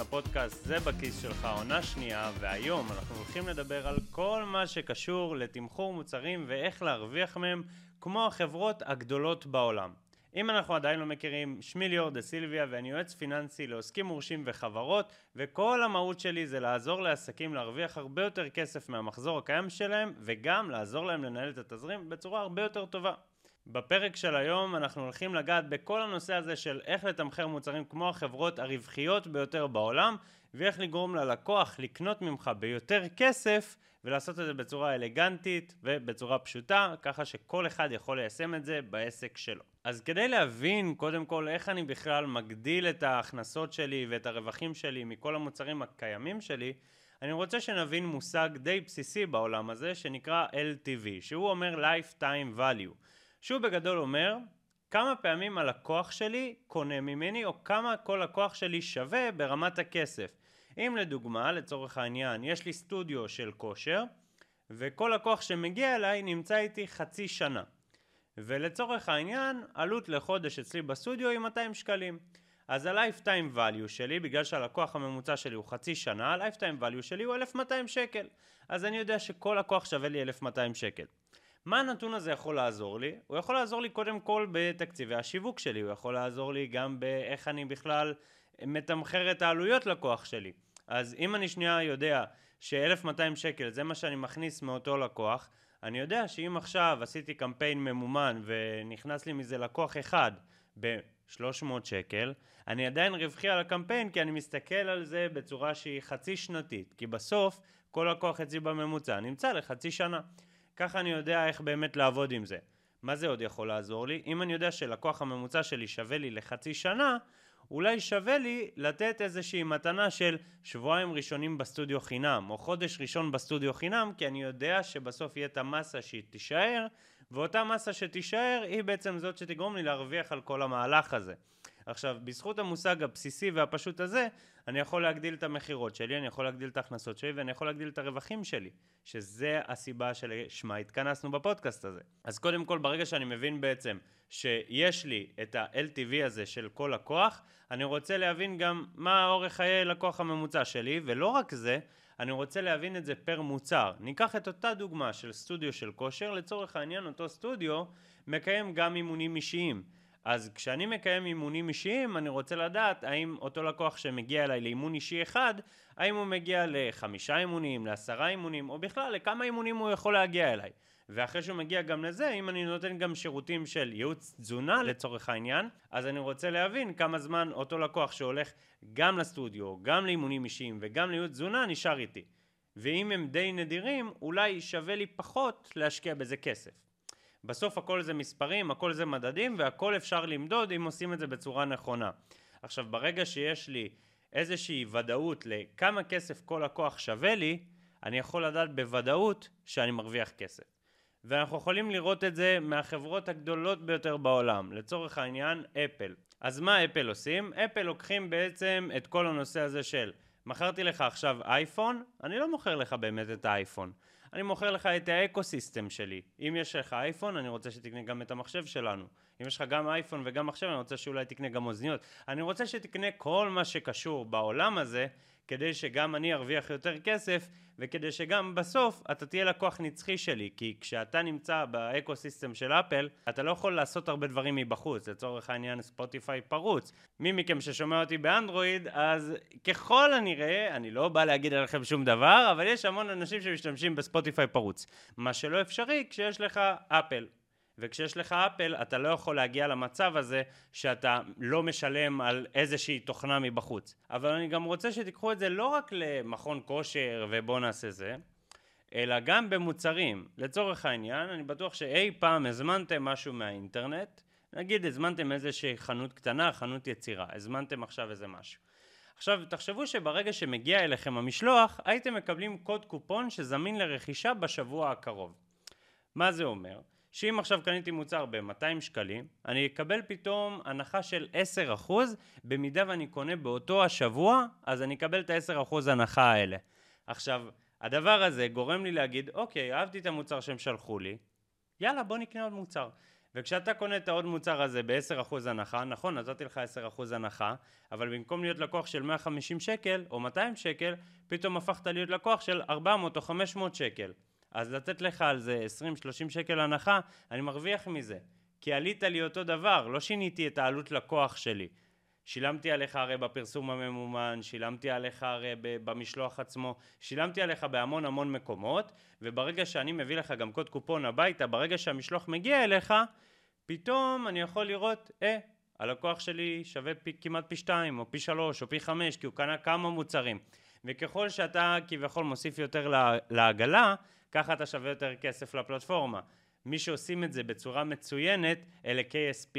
לפודקאסט זה בכיס שלך עונה שנייה, והיום אנחנו הולכים לדבר על כל מה שקשור לתמחור מוצרים ואיך להרוויח מהם כמו החברות הגדולות בעולם. אם אנחנו עדיין לא מכירים, שמי ליאור דה סילביה ואני יועץ פיננסי לעוסקים מורשים וחברות, וכל המהות שלי זה לעזור לעסקים להרוויח הרבה יותר כסף מהמחזור הקיים שלהם וגם לעזור להם לנהל את התזרים בצורה הרבה יותר טובה. בפרק של היום אנחנו הולכים לגעת בכל הנושא הזה של איך לתמחר מוצרים כמו החברות הרווחיות ביותר בעולם, ואיך לגרום ללקוח לקנות ממך ביותר כסף ולעשות את זה בצורה אלגנטית ובצורה פשוטה, ככה שכל אחד יכול ליישם את זה בעסק שלו. אז כדי להבין קודם כל איך אני בכלל מגדיל את ההכנסות שלי ואת הרווחים שלי מכל המוצרים הקיימים שלי, אני רוצה שנבין מושג די בסיסי בעולם הזה שנקרא LTV, שהוא אומר Lifetime Value. שהוא בגדול אומר כמה פעמים הלקוח שלי קונה ממני או כמה כל לקוח שלי שווה ברמת הכסף. אם לדוגמה, לצורך העניין, יש לי סטודיו של כושר וכל לקוח שמגיע אליי נמצא איתי חצי שנה. ולצורך העניין, עלות לחודש אצלי בסטודיו היא 200 שקלים. אז ה-Lifetime Value שלי, בגלל שהלקוח הממוצע שלי הוא חצי שנה, ה-Lifetime Value שלי הוא 1200 שקל. אז אני יודע שכל לקוח שווה לי 1200 שקל. מה הנתון הזה יכול לעזור לי? הוא יכול לעזור לי קודם כל בתקציבי השיווק שלי, הוא יכול לעזור לי גם באיך אני בכלל מתמחר את העלויות לקוח שלי. אז אם אני שנייה יודע ש1200 שקל זה מה שאני מכניס מאותו לקוח, אני יודע שאם עכשיו עשיתי קמפיין ממומן ונכנס לי מזה לקוח אחד ב-300 שקל, אני עדיין רווחי על הקמפיין כי אני מסתכל על זה בצורה שהיא חצי שנתית, כי בסוף כל לקוח אצלי בממוצע נמצא לחצי שנה. ככה אני יודע איך באמת לעבוד עם זה. מה זה עוד יכול לעזור לי? אם אני יודע שלקוח הממוצע שלי שווה לי לחצי שנה, אולי שווה לי לתת איזושהי מתנה של שבועיים ראשונים בסטודיו חינם, או חודש ראשון בסטודיו חינם, כי אני יודע שבסוף יהיה את המסה שהיא תישאר, ואותה מסה שתישאר היא בעצם זאת שתגרום לי להרוויח על כל המהלך הזה. עכשיו, בזכות המושג הבסיסי והפשוט הזה, אני יכול להגדיל את המחירות שלי, אני יכול להגדיל את ההכנסות שלי, ואני יכול להגדיל את הרווחים שלי, שזה הסיבה שלשמה התכנסנו בפודקאסט הזה. אז קודם כל, ברגע שאני מבין בעצם שיש לי את ה-LTV הזה של כל לקוח, אני רוצה להבין גם מה אורך חיי לקוח הממוצע שלי, ולא רק זה, אני רוצה להבין את זה פר מוצר. ניקח את אותה דוגמה של סטודיו של כושר, לצורך העניין אותו סטודיו מקיים גם אימונים אישיים. אז כשאני מקיים אימונים אישיים, אני רוצה לדעת האם אותו לקוח שמגיע אליי לאימון אישי אחד, האם הוא מגיע ל5 אימונים, ל10 אימונים, או בכלל לכמה אימונים הוא יכול להגיע אליי. ואחרי שהוא מגיע גם לזה, אם אני נותן גם שירותים של ייעוץ תזונה לצורך העניין, אז אני רוצה להבין כמה זמן אותו לקוח שהולך גם לסטודיו, גם לאימונים אישיים וגם לייעוץ תזונה נשאר איתי. ואם הם די נדירים, אולי שווה לי פחות להשקיע בזה כסף. בסוף הכל זה מספרים, הכל זה מדדים, והכל אפשר למדוד אם עושים את זה בצורה נכונה. עכשיו, ברגע שיש לי איזושהי ודאות לכמה כסף כל לקוח שווה לי, אני יכול לדעת בוודאות שאני מרוויח כסף. ואנחנו יכולים לראות את זה מהחברות הגדולות ביותר בעולם, לצורך העניין אפל. אז מה אפל עושים? אפל לוקחים בעצם את כל הנושא הזה של מכרתי לך עכשיו אייפון, אני לא מוכר לך באמת את האייפון. אני מוכר לך את האקוסיסטם שלי. אם יש לך אייפון, אני רוצה שתקנה גם את המחשב שלנו. אם יש לך גם אייפון וגם מחשב, אני רוצה שאולי תקנה גם אוזניות. אני רוצה שתקנה כל מה שקשור בעולם הזה, כדי שגם אני ארוויח יותר כסף, וכדי שגם בסוף אתה תהיה לקוח נצחי שלי, כי כשאתה נמצא באקוסיסטם של אפל, אתה לא יכול לעשות הרבה דברים מבחוץ, לצורך העניין ספוטיפיי פרוץ. מי מכם ששומע אותי באנדרואיד, אז ככל הנראה, אני לא בא להגיד עליכם שום דבר, אבל יש המון אנשים שמשתמשים בספוטיפיי פרוץ. מה שלא אפשרי כשיש לך אפל. וכשיש לך אפל, אתה לא יכול להגיע למצב הזה שאתה לא משלם על איזושהי תוכנה מבחוץ. אבל אני גם רוצה שתיקחו את זה לא רק למכון כושר ובוא נעשה זה, אלא גם במוצרים. לצורך העניין, אני בטוח שאי פעם הזמנתם משהו מהאינטרנט, נגיד הזמנתם איזושהי חנות קטנה, חנות יצירה, הזמנתם עכשיו איזה משהו. עכשיו, תחשבו שברגע שמגיע אליכם המשלוח, הייתם מקבלים קוד קופון שזמין לרכישה בשבוע הקרוב. מה זה אומר? שאם עכשיו קניתי מוצר ב-200 שקלים, אני אקבל פתאום הנחה של 10%, במידה ואני קונה באותו השבוע, אז אני אקבל את ה-10% הנחה האלה. עכשיו, הדבר הזה גורם לי להגיד, אוקיי, אהבתי את המוצר שהם שלחו לי, יאללה, בוא נקנה עוד מוצר. וכשאתה קונה את העוד מוצר הזה ב-10% הנחה, נכון, נתתי לך 10% הנחה, אבל במקום להיות לקוח של 150 שקל או 200 שקל, פתאום הפכת להיות לקוח של 400 או 500 שקל. אז לתת לך על זה 20-30 שקל הנחה, אני מרוויח מזה. כי עלית לי אותו דבר, לא שיניתי את העלות לקוח שלי. שילמתי עליך הרי בפרסום הממומן, שילמתי עליך הרי במשלוח עצמו, שילמתי עליך בהמון המון מקומות, וברגע שאני מביא לך גם קוד קופון הביתה, ברגע שהמשלוח מגיע אליך, פתאום אני יכול לראות, הלקוח שלי שווה כמעט פי 2 או פי 3 או פי 5, כי הוא קנה כמה מוצרים. וככל שאתה כביכול מוסיף יותר לעגלה, ככה אתה שווה יותר כסף לפלטפורמה. מי שעושים את זה בצורה מצוינת, אלה KSP.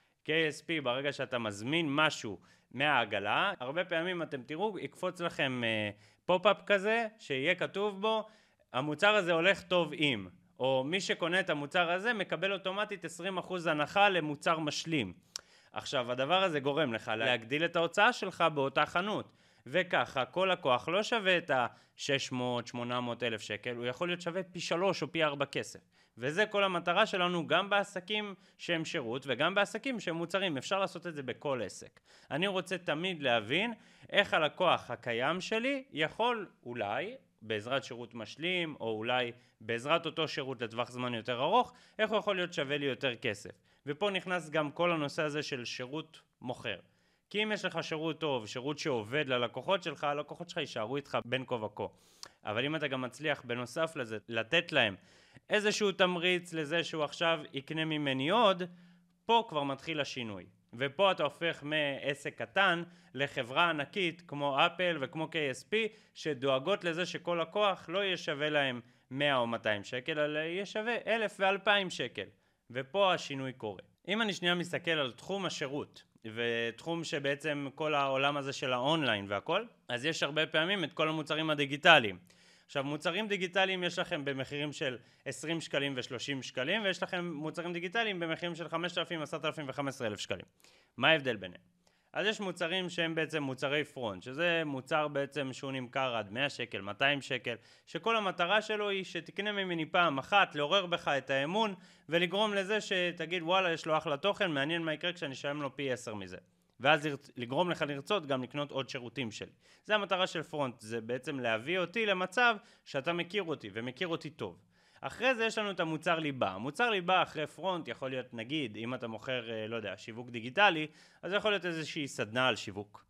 KSP, ברגע שאתה מזמין משהו מהעגלה, הרבה פעמים אתם תראו, יקפוץ לכם פופ-אפ כזה, שיהיה כתוב בו, המוצר הזה הולך טוב עם, או מי שקונה את המוצר הזה מקבל אוטומטית 20% הנחה למוצר משלים. עכשיו, הדבר הזה גורם לך להגדיל את ההוצאה שלך באותה חנות, וככה כל לקוח לא שווה את ה-600-800 אלף שקל, הוא יכול להיות שווה פי 3 או פי 4 כסף. וזה כל המטרה שלנו גם בעסקים שהם שירות וגם בעסקים שהם מוצרים. אפשר לעשות את זה בכל עסק. אני רוצה תמיד להבין איך הלקוח הקיים שלי יכול אולי בעזרת שירות משלים או אולי בעזרת אותו שירות לטווח זמן יותר ארוך, איך הוא יכול להיות שווה לי יותר כסף. ופה נכנס גם כל הנושא הזה של שירות מוכר. כי אם יש לך שירות טוב, שירות שעובד ללקוחות שלך, הלקוחות שלך יישארו איתך בין כה וכה. אבל אם אתה גם מצליח בנוסף לזה לתת להם איזשהו תמריץ לזה שהוא עכשיו יקנה ממני עוד, פה כבר מתחיל השינוי. ופה אתה הופך מעסק קטן לחברה ענקית כמו אפל וכמו KSP, שדואגות לזה שכל לקוח לא יהיה שווה להם 100 או 200 שקל, אלא יהיה שווה 1,000 ו-2,000 שקל. ופה השינוי קורה. אם אני שנייה מסתכל על תחום השירות, ותחום שבעצם כל העולם הזה של האונליין והכל, אז יש הרבה פעמים את כל המוצרים הדיגיטליים. עכשיו, מוצרים דיגיטליים יש לכם במחירים של 20 שקלים ו-30 שקלים, ויש לכם מוצרים דיגיטליים במחירים של 5,000, 10,000 ו-15,000 שקלים. מה ההבדל ביניהם? אז יש מוצרים שהם בעצם מוצרי פרונט, שזה מוצר בעצם שהוא נמכר עד 100 שקל, 200 שקל, שכל המטרה שלו היא שתקנה ממני פעם אחת, לעורר בך את האמון, ולגרום לזה שתגיד וואלה יש לו אחלה תוכן, מעניין מה יקרה כשאני אשלם לו פי 10 מזה. ואז לגרום לך לרצות גם לקנות עוד שירותים שלי. זה המטרה של פרונט, זה בעצם להביא אותי למצב שאתה מכיר אותי ומכיר אותי טוב. אחרי זה יש לנו את המוצר ליבה. המוצר ליבה אחרי פרונט יכול להיות, נגיד, אם אתה מוכר, לא יודע, שיווק דיגיטלי, אז זה יכול להיות איזושהי סדנה על שיווק.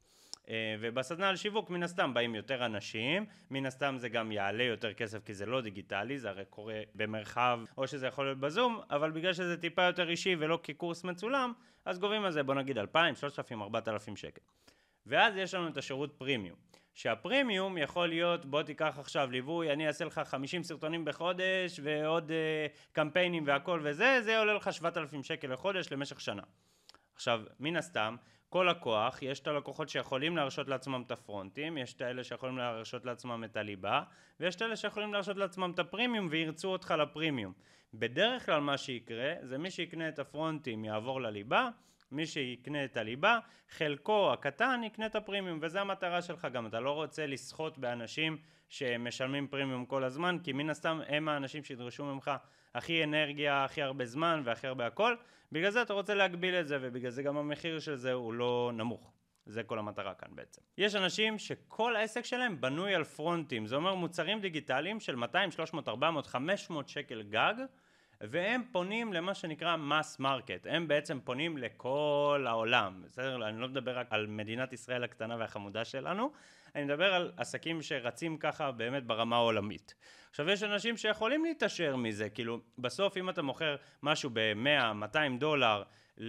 ובסדנה על שיווק מן הסתם באים יותר אנשים, מן הסתם זה גם יעלה יותר כסף כי זה לא דיגיטלי, זה הרי קורה במרחב או שזה יכול להיות בזום, אבל בגלל שזה טיפה יותר אישי ולא כקורס מצולם, אז גובים על זה בוא נגיד 2,000, 3,000, 4,000 שקל. ואז יש לנו את השירות פרימיום, שהפרימיום יכול להיות בוא תיקח עכשיו ליווי, אני אעשה לך 50 סרטונים בחודש ועוד קמפיינים והכל וזה, זה עולה לך 7,000 שקל לחודש למשך שנה. עכשיו מן הסתם כל לקוח, יש את הלקוחות שיכולים להרשות לעצמם את הפרונטים, יש את האלה שיכולים להרשות לעצמם את הליבה, ויש את האלה שיכולים להרשות לעצמם את הפרימיום וירצו אותך לפרימיום. בדרך כלל מה שיקרה, זה מי שיקנה את הפרונטים יעבור לליבה, מי שיקנה את הליבה, חלקו הקטן יקנה את הפרימיום, וזה המטרה שלך גם. אתה לא רוצה לסחוט באנשים שמשלמים פרימיום כל הזמן, כי מן הסתם הם האנשים שידרשו ממך הכי אנרגיה, הכי הרבה זמן והכי הרבה הכל. בגלל זה אתה רוצה להגביל את זה, ובגלל זה גם המחיר של זה הוא לא נמוך. זה כל המטרה כאן בעצם. יש אנשים שכל העסק שלהם בנוי על פרונטים, זה אומר מוצרים דיגיטליים של 200, 300, 400, 500 שקל גג, והם פונים למה שנקרא מס מרקט, הם בעצם פונים לכל העולם, בסדר? אני לא מדבר רק על מדינת ישראל הקטנה והחמודה שלנו, אני מדבר על עסקים שרצים ככה באמת ברמה העולמית. עכשיו יש אנשים שיכולים להתעשר מזה, כאילו בסוף אם אתה מוכר משהו ב-100-200 דולר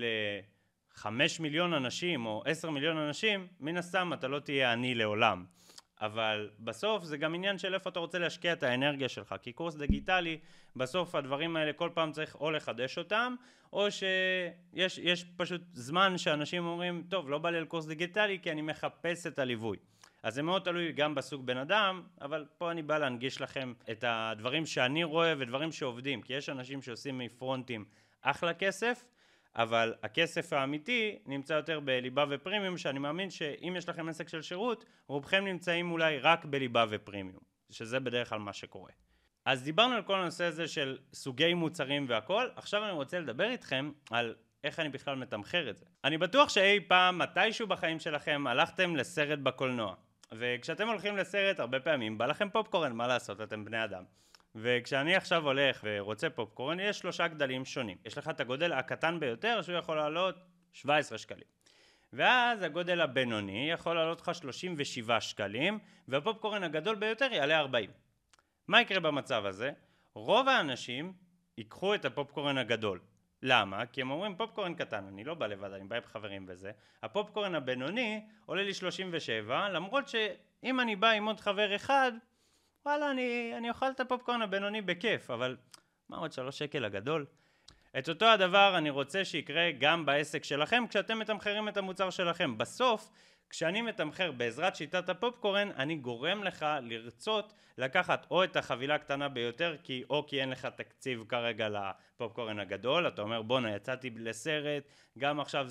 ל5 מיליון אנשים או 10 מיליון אנשים, מן הסתם אתה לא תהיה עני לעולם. אבל בסוף זה גם עניין של איפה אתה רוצה להשקיע את האנרגיה שלך, כי קורס דיגיטלי, בסוף הדברים האלה כל פעם צריך או לחדש אותם, או שיש פשוט זמן שאנשים אומרים, טוב, לא בא לי על קורס דיגיטלי כי אני מחפש את הליווי. אז זה מאוד תלוי גם בסוג בן אדם, אבל פה אני בא להנגיש לכם את הדברים שאני רואה ודברים שעובדים, כי יש אנשים שעושים מפרונטים אחלה כסף, אבל הכסף האמיתי נמצא יותר בליבה ופרימיום, שאני מאמין שאם יש לכם עסק של שירות, רובכם נמצאים אולי רק בליבה ופרימיום, שזה בדרך כלל מה שקורה. אז דיברנו על כל הנושא הזה של סוגי מוצרים והכל, עכשיו אני רוצה לדבר איתכם על איך אני בכלל מתמחר את זה. אני בטוח שאי פעם, מתישהו בחיים שלכם, הלכתם לסרט בקולנוע. וכשאתם הולכים לסרט, הרבה פעמים בא לכם פופקורן, מה לעשות, אתם בני אדם. וכשאני עכשיו הולך ורוצה פופקורן, יש 3 גדלים שונים. יש לך את הגודל הקטן ביותר, שהוא יכול לעלות 17 שקלים. ואז הגודל הבינוני יכול לעלות לך 37 שקלים, והפופקורן הגדול ביותר יעלה 40. מה יקרה במצב הזה? רוב האנשים ייקחו את הפופקורן הגדול. למה? כי הם אומרים פופקורן קטן, אני לא בא לבד, אני בא עם חברים וזה. הפופקורן הבינוני עולה לי 37, למרות שאם אני בא עם עוד חבר אחד, וואלה, אני אוכל את הפופקורן הבינוני בכיף, אבל מה עוד 3 שקל הגדול? את אותו הדבר אני רוצה שיקרה גם בעסק שלכם כשאתם מתמחרים את המוצר שלכם. בסוף, כשאני מתמחר בעזרת שיטת הפופקורן, אני גורם לך לרצות לקחת או את החבילה הקטנה ביותר, או כי אין לך תקציב כרגע לפופקורן הגדול, אתה אומר בונה, יצאתי לסרט, גם עכשיו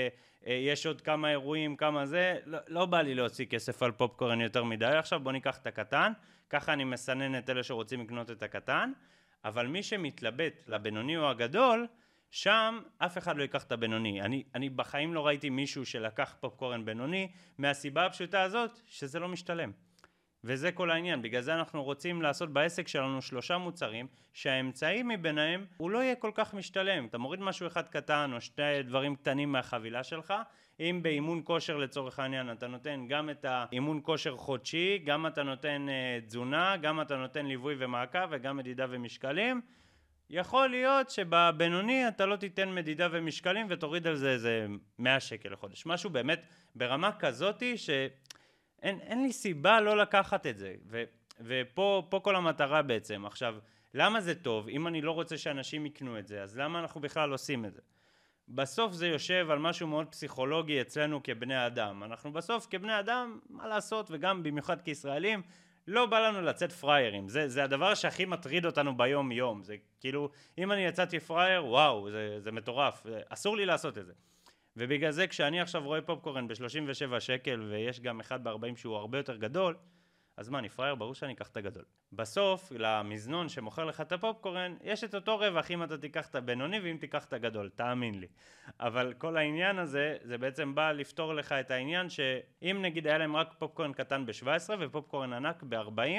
יש עוד כמה אירועים, כמה זה, לא בא לי להוציא כסף על פופקורן יותר מדי, עכשיו בוא ניקח את הקטן, ככה אני מסנן את אלה שרוצים לקנות את הקטן, אבל מי שמתלבט לבינוני או הגדול, שם אף אחד לא ייקח את הבינוני. אני בחיים לא ראיתי מישהו שלקח פופקורן בינוני, מהסיבה הפשוטה הזאת שזה לא משתלם. וזה כל העניין, בגלל זה אנחנו רוצים לעשות בעסק שלנו 3 מוצרים, שהאמצעי מביניהם הוא לא יהיה כל כך משתלם. אתה מוריד משהו אחד קטן או 2 דברים קטנים מהחבילה שלך, אם באימון כושר לצורך העניין אתה נותן גם את האימון כושר חודשי, גם אתה נותן תזונה, גם אתה נותן ליווי ומעקב וגם מדידה ומשקלים, יכול להיות שבבינוני אתה לא תיתן מדידה ומשקלים ותוריד על זה איזה 100 שקל לחודש. משהו באמת ברמה כזאתי שאין לי סיבה לא לקחת את זה. ופה כל המטרה בעצם. עכשיו, למה זה טוב? אם אני לא רוצה שאנשים יקנו את זה, אז למה אנחנו בכלל עושים את זה? בסוף זה יושב על משהו מאוד פסיכולוגי אצלנו כבני אדם. אנחנו בסוף כבני אדם, מה לעשות, וגם במיוחד כישראלים, לא בא לנו לצאת פריירים. זה הדבר שהכי מטריד אותנו ביום יום. זה כאילו, אם אני יצאתי פרייר, וואו, זה מטורף. אסור לי לעשות את זה. ובגלל זה כשאני עכשיו רואה פופקורן ב-37 שקל, ויש גם אחד ב-40 שהוא הרבה יותר גדול, אז מה, אני פרייר? ברור שאני אקח את הגדול. בסוף, למזנון שמוכר לך את הפופקורן, יש את אותו רווח אם אתה תיקח את הבינוני ואם תיקח את הגדול, תאמין לי. אבל כל העניין הזה, זה בעצם בא לפתור לך את העניין שאם נגיד היה להם רק פופקורן קטן ב-17 ופופקורן ענק ב-40,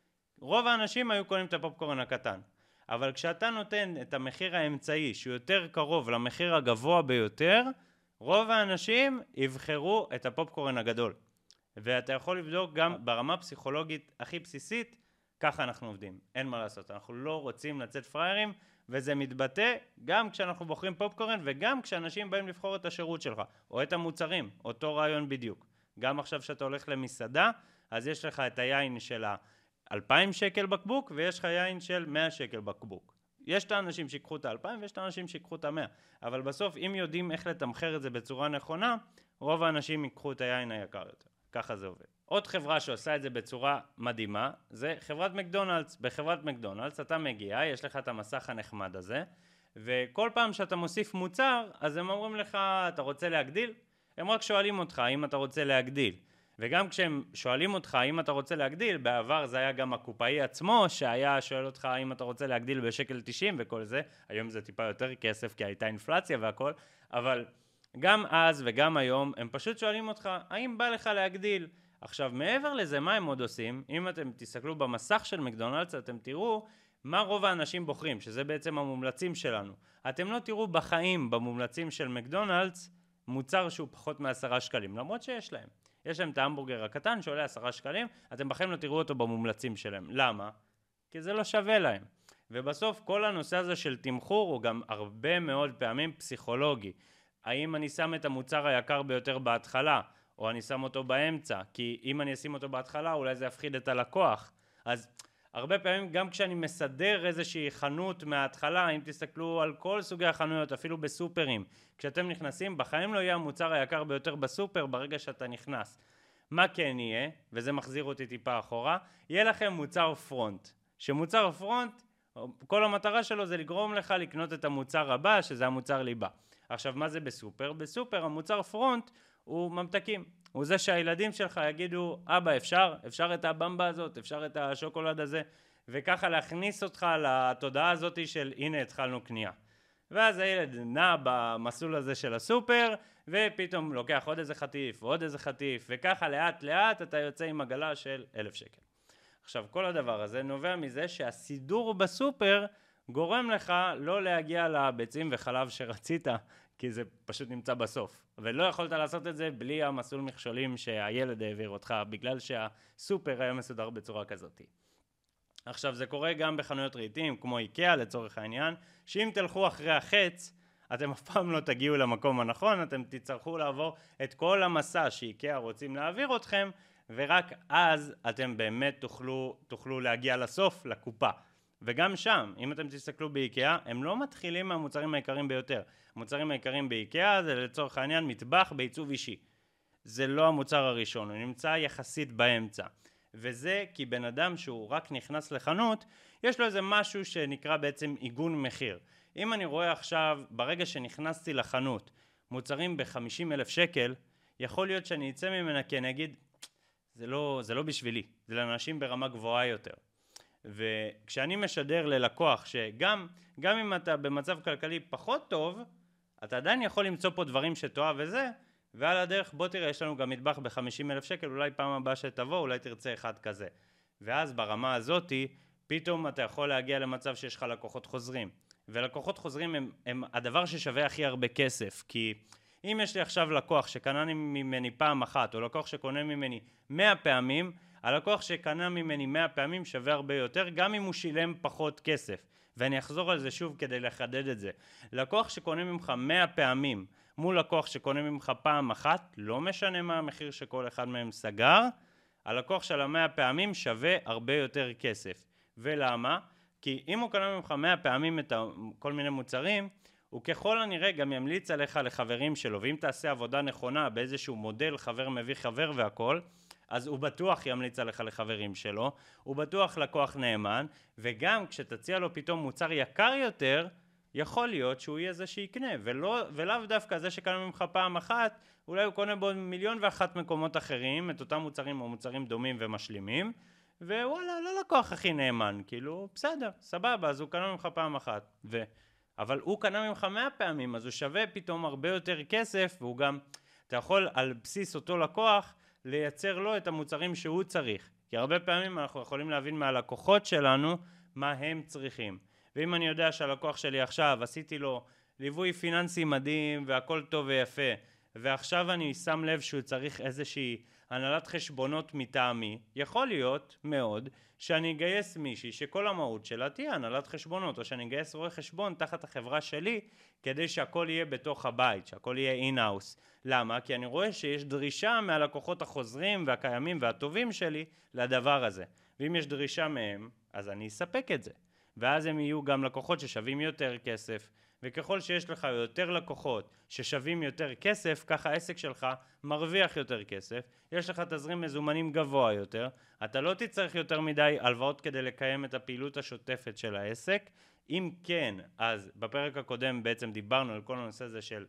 רוב האנשים היו קונים את הפופקורן הקטן. אבל כשאתה נותן את המחיר האמצעי שהוא יותר קרוב למחיר הגבוה ביותר, רוב האנשים יבחרו את הפופקורן הגדול. ואתה יכול לבדוק גם ברמה פסיכולוגית הכי בסיסית, ככה אנחנו עובדים, אין מה לעשות, אנחנו לא רוצים לצאת פריירים, וזה מתבטא גם כשאנחנו בוחרים פופקורן, וגם כשאנשים באים לבחור את השירות שלך, או את המוצרים, אותו רעיון בדיוק. גם עכשיו שאתה הולך למסעדה, אז יש לך את היין של 2,000 שקל בקבוק, ויש לך יין של 100 שקל בקבוק. יש את האנשים שיקחו את 2,000, ויש את האנשים שיקחו את 100. אבל בסוף, אם יודעים איך לתמחר את זה בצורה נכונה, רוב האנשים ייקחו את היין היקר יותר. ככה זה עובד. עוד חברה שעושה את זה בצורה מדהימה, זה חברת מקדונלדס. בחברת מקדונלדס אתה מגיע, יש לך את המסך הנחמד הזה, וכל פעם שאתה מוסיף מוצר, אז הם אומרים לך, אתה רוצה להגדיל? הם רק שואלים אותך, האם אתה רוצה להגדיל. וגם כשהם שואלים אותך, האם אתה רוצה להגדיל, בעבר זה היה גם הקופאי עצמו, שהיה שואל אותך, האם אתה רוצה להגדיל בשקל 90 וכל זה. היום זה טיפה יותר כסף, כי הייתה אינפלציה והכל, אבל גם אז וגם היום הם פשוט שואלים אותך, האם בא לך להגדיל? עכשיו, מעבר לזה, מה הם עוד עושים? אם אתם תסתכלו במסך של מקדונלדס, אתם תראו מה רוב האנשים בוחרים, שזה בעצם המומלצים שלנו. אתם לא תראו בחיים במומלצים של מקדונלדס מוצר שהוא פחות מ10 שקלים, למרות שיש להם. יש להם את ההמבורגר הקטן שעולה 10 שקלים, אתם בחיים לא תראו אותו במומלצים שלהם. למה? כי זה לא שווה להם. ובסוף כל הנושא הזה של תמחור הוא גם הרבה מאוד פעמים פסיכולוגי. האם אני שם את המוצר היקר ביותר בהתחלה, או אני שם אותו באמצע, כי אם אני אשים אותו בהתחלה, אולי זה יפחיד את הלקוח. אז הרבה פעמים, גם כשאני מסדר איזושהי חנות מההתחלה, אם תסתכלו על כל סוגי החנויות, אפילו בסופרים, כשאתם נכנסים, בחיים לא יהיה המוצר היקר ביותר בסופר ברגע שאתה נכנס. מה כן יהיה, וזה מחזיר אותי טיפה אחורה, יהיה לכם מוצר פרונט. שמוצר פרונט, כל המטרה שלו זה לגרום לך לקנות את המוצר הבא, שזה המוצר ליבה. עכשיו, מה זה בסופר? בסופר המוצר פרונט הוא ממתקים. הוא זה שהילדים שלך יגידו, אבא, אפשר את הבמבה הזאת, אפשר את השוקולד הזה. וככה להכניס אותך לתודעה הזאת של הנה התחלנו קנייה. ואז הילד נע במסלול הזה של הסופר, ופתאום לוקח עוד איזה חטיף ועוד איזה חטיף, וככה לאט לאט אתה יוצא עם עגלה של 1,000 שקל. עכשיו כל הדבר הזה נובע מזה שהסידור בסופר גורם לך לא להגיע לביצים וחלב שרצית, כי זה פשוט נמצא בסוף. ולא יכולת לעשות את זה בלי המסלול מכשולים שהילד העביר אותך, בגלל שהסופר היה מסודר בצורה כזאת. עכשיו זה קורה גם בחנויות רהיטים, כמו איקאה לצורך העניין, שאם תלכו אחרי החץ, אתם אף פעם לא תגיעו למקום הנכון, אתם תצטרכו לעבור את כל המסע שאיקאה רוצים להעביר אתכם, ורק אז אתם באמת תוכלו להגיע לסוף, לקופה. וגם שם, אם אתם תסתכלו באיקאה, הם לא מתחילים מהמוצרים העיקריים ביותר. המוצרים העיקריים באיקאה זה לצורך העניין מטבח בעיצוב אישי. זה לא המוצר הראשון, הוא נמצא יחסית באמצע. וזה כי בן אדם שהוא רק נכנס לחנות, יש לו איזה משהו שנקרא בעצם עיגון מחיר. אם אני רואה עכשיו, ברגע שנכנסתי לחנות, מוצרים ב-50,000 שקל, יכול להיות שאני אצא ממנה כי אני אגיד, זה לא בשבילי, זה לאנשים ברמה גבוהה יותר. וכשאני משדר ללקוח שגם אם אתה במצב כלכלי פחות טוב, אתה עדיין יכול למצוא פה דברים שתאהב וזה, ועל הדרך בוא תראה, יש לנו גם מטבח ב-50,000 שקל, אולי פעם הבאה שתבוא, אולי תרצה אחד כזה. ואז ברמה הזאת, פתאום אתה יכול להגיע למצב שיש לך לקוחות חוזרים. ולקוחות חוזרים הם הדבר ששווה הכי הרבה כסף, כי אם יש לי עכשיו לקוח שקנה ממני פעם אחת, או לקוח שקונה ממני 100 פעמים, הלקוח שקנה ממני 100 פעמים שווה הרבה יותר, גם אם הוא שילם פחות כסף. ואני אחזור על זה שוב כדי לחדד את זה. לקוח שקונה ממך 100 פעמים, מול לקוח שקונה ממך פעם אחת, לא משנה מה המחיר שכל אחד מהם סגר, הלקוח של 100 פעמים שווה הרבה יותר כסף. ולמה? כי אם הוא קנה ממך 100 פעמים את כל מיני מוצרים, הוא ככל הנראה גם ימליץ עליך לחברים שלו, ואם תעשה עבודה נכונה באיזשהו מודל חבר מביא חבר והכל, אז הוא בטוח ימליץ עליך לחברים שלו, הוא בטוח לקוח נאמן, וגם כשתציע לו פתאום מוצר יקר יותר, יכול להיות שהוא יהיה זה שיקנה, ולאו דווקא זה שקנה ממך פעם אחת, אולי הוא קונה בו 1,001,000 מקומות אחרים, את אותם מוצרים או מוצרים דומים ומשלימים, ווואלה, לא לקוח הכי נאמן, כאילו, בסדר, סבבה, אז הוא קנה ממך פעם אחת, אבל הוא קנה ממך 100 פעמים, אז הוא שווה פתאום הרבה יותר כסף, והוא גם, אתה יכול על בסיס אותו לקוח, לייצר לו את המוצרים שהוא צריך, כי הרבה פעמים אנחנו יכולים להבין מהלקוחות שלנו, מה הם צריכים. ואם אני יודע שהלקוח שלי עכשיו, עשיתי לו ליווי פיננסי מדהים והכל טוב ויפה, ועכשיו אני שם לב שהוא צריך איזושהי הנהלת חשבונות מטעמי, יכול להיות מאוד שאני אגייס מישהי שכל המהות שלה תהיה הנהלת חשבונות, או שאני אגייס רואה חשבון תחת החברה שלי, כדי שהכל יהיה בתוך הבית, שהכל יהיה אין-האוס. למה? כי אני רואה שיש דרישה מהלקוחות החוזרים והקיימים והטובים שלי לדבר הזה. ואם יש דרישה מהם, אז אני אספק את זה. ואז הם יהיו גם לקוחות ששווים יותר כסף, וככל שיש לך יותר לקוחות ששווים יותר כסף, ככה העסק שלך מרוויח יותר כסף, יש לך תזרים מזומנים גבוה יותר, אתה לא תצטרך יותר מדי הלוואות כדי לקיים את הפעילות השוטפת של העסק. אם כן, אז בפרק הקודם בעצם דיברנו על כל הנושא הזה של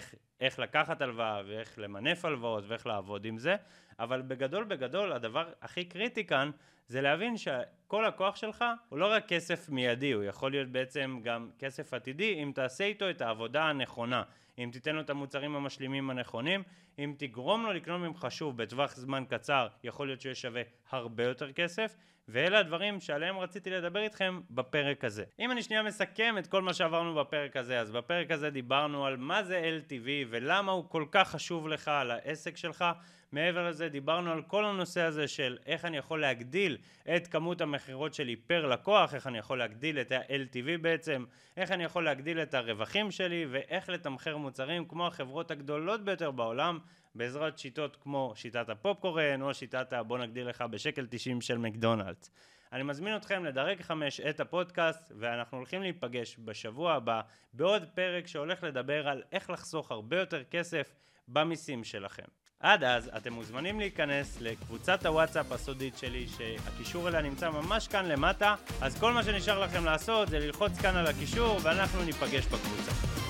איך לקחת הלוואה ואיך למנף הלוואות ואיך לעבוד עם זה, אבל בגדול הדבר הכי קריטי כאן זה להבין שכל הכוח שלך הוא לא רק כסף מיידי, הוא יכול להיות בעצם גם כסף עתידי אם תעשה איתו את העבודה הנכונה, אם תיתן לו את המוצרים המשלימים הנכונים, אם תגרום לו לקנות ממך שוב בטווח זמן קצר, יכול להיות שיש שווה הרבה יותר כסף, ואלה הדברים שעליהם רציתי לדבר איתכם בפרק הזה. אם אני שנייה מסכם את כל מה שעברנו בפרק הזה, אז בפרק הזה דיברנו על מה זה LTV ולמה הוא כל כך חשוב לך על העסק שלך. מעבר לזה דיברנו על כל הנושא הזה של איך אני יכול להגדיל את כמות המחירות שלי פר לקוח, איך אני יכול להגדיל את ה-LTV בעצם, איך אני יכול להגדיל את הרווחים שלי ואיך לתמחר מוצרים כמו החברות הגדולות ביותר בעולם, בעזרת שיטות כמו שיטת הפופקורן או שיטת בוא נגדיל לך בשקל 90 של מקדונלדס. אני מזמין אתכם לדרג 5 את הפודקאסט, ואנחנו הולכים להיפגש בשבוע הבא בעוד פרק שהולך לדבר על איך לחסוך הרבה יותר כסף במיסים שלכם. עד אז אתם מוזמנים להיכנס לקבוצת הוואטסאפ הסודית שלי שהקישור אליה נמצא ממש כאן למטה, אז כל מה שנשאר לכם לעשות זה ללחוץ כאן על הקישור ואנחנו ניפגש בקבוצה.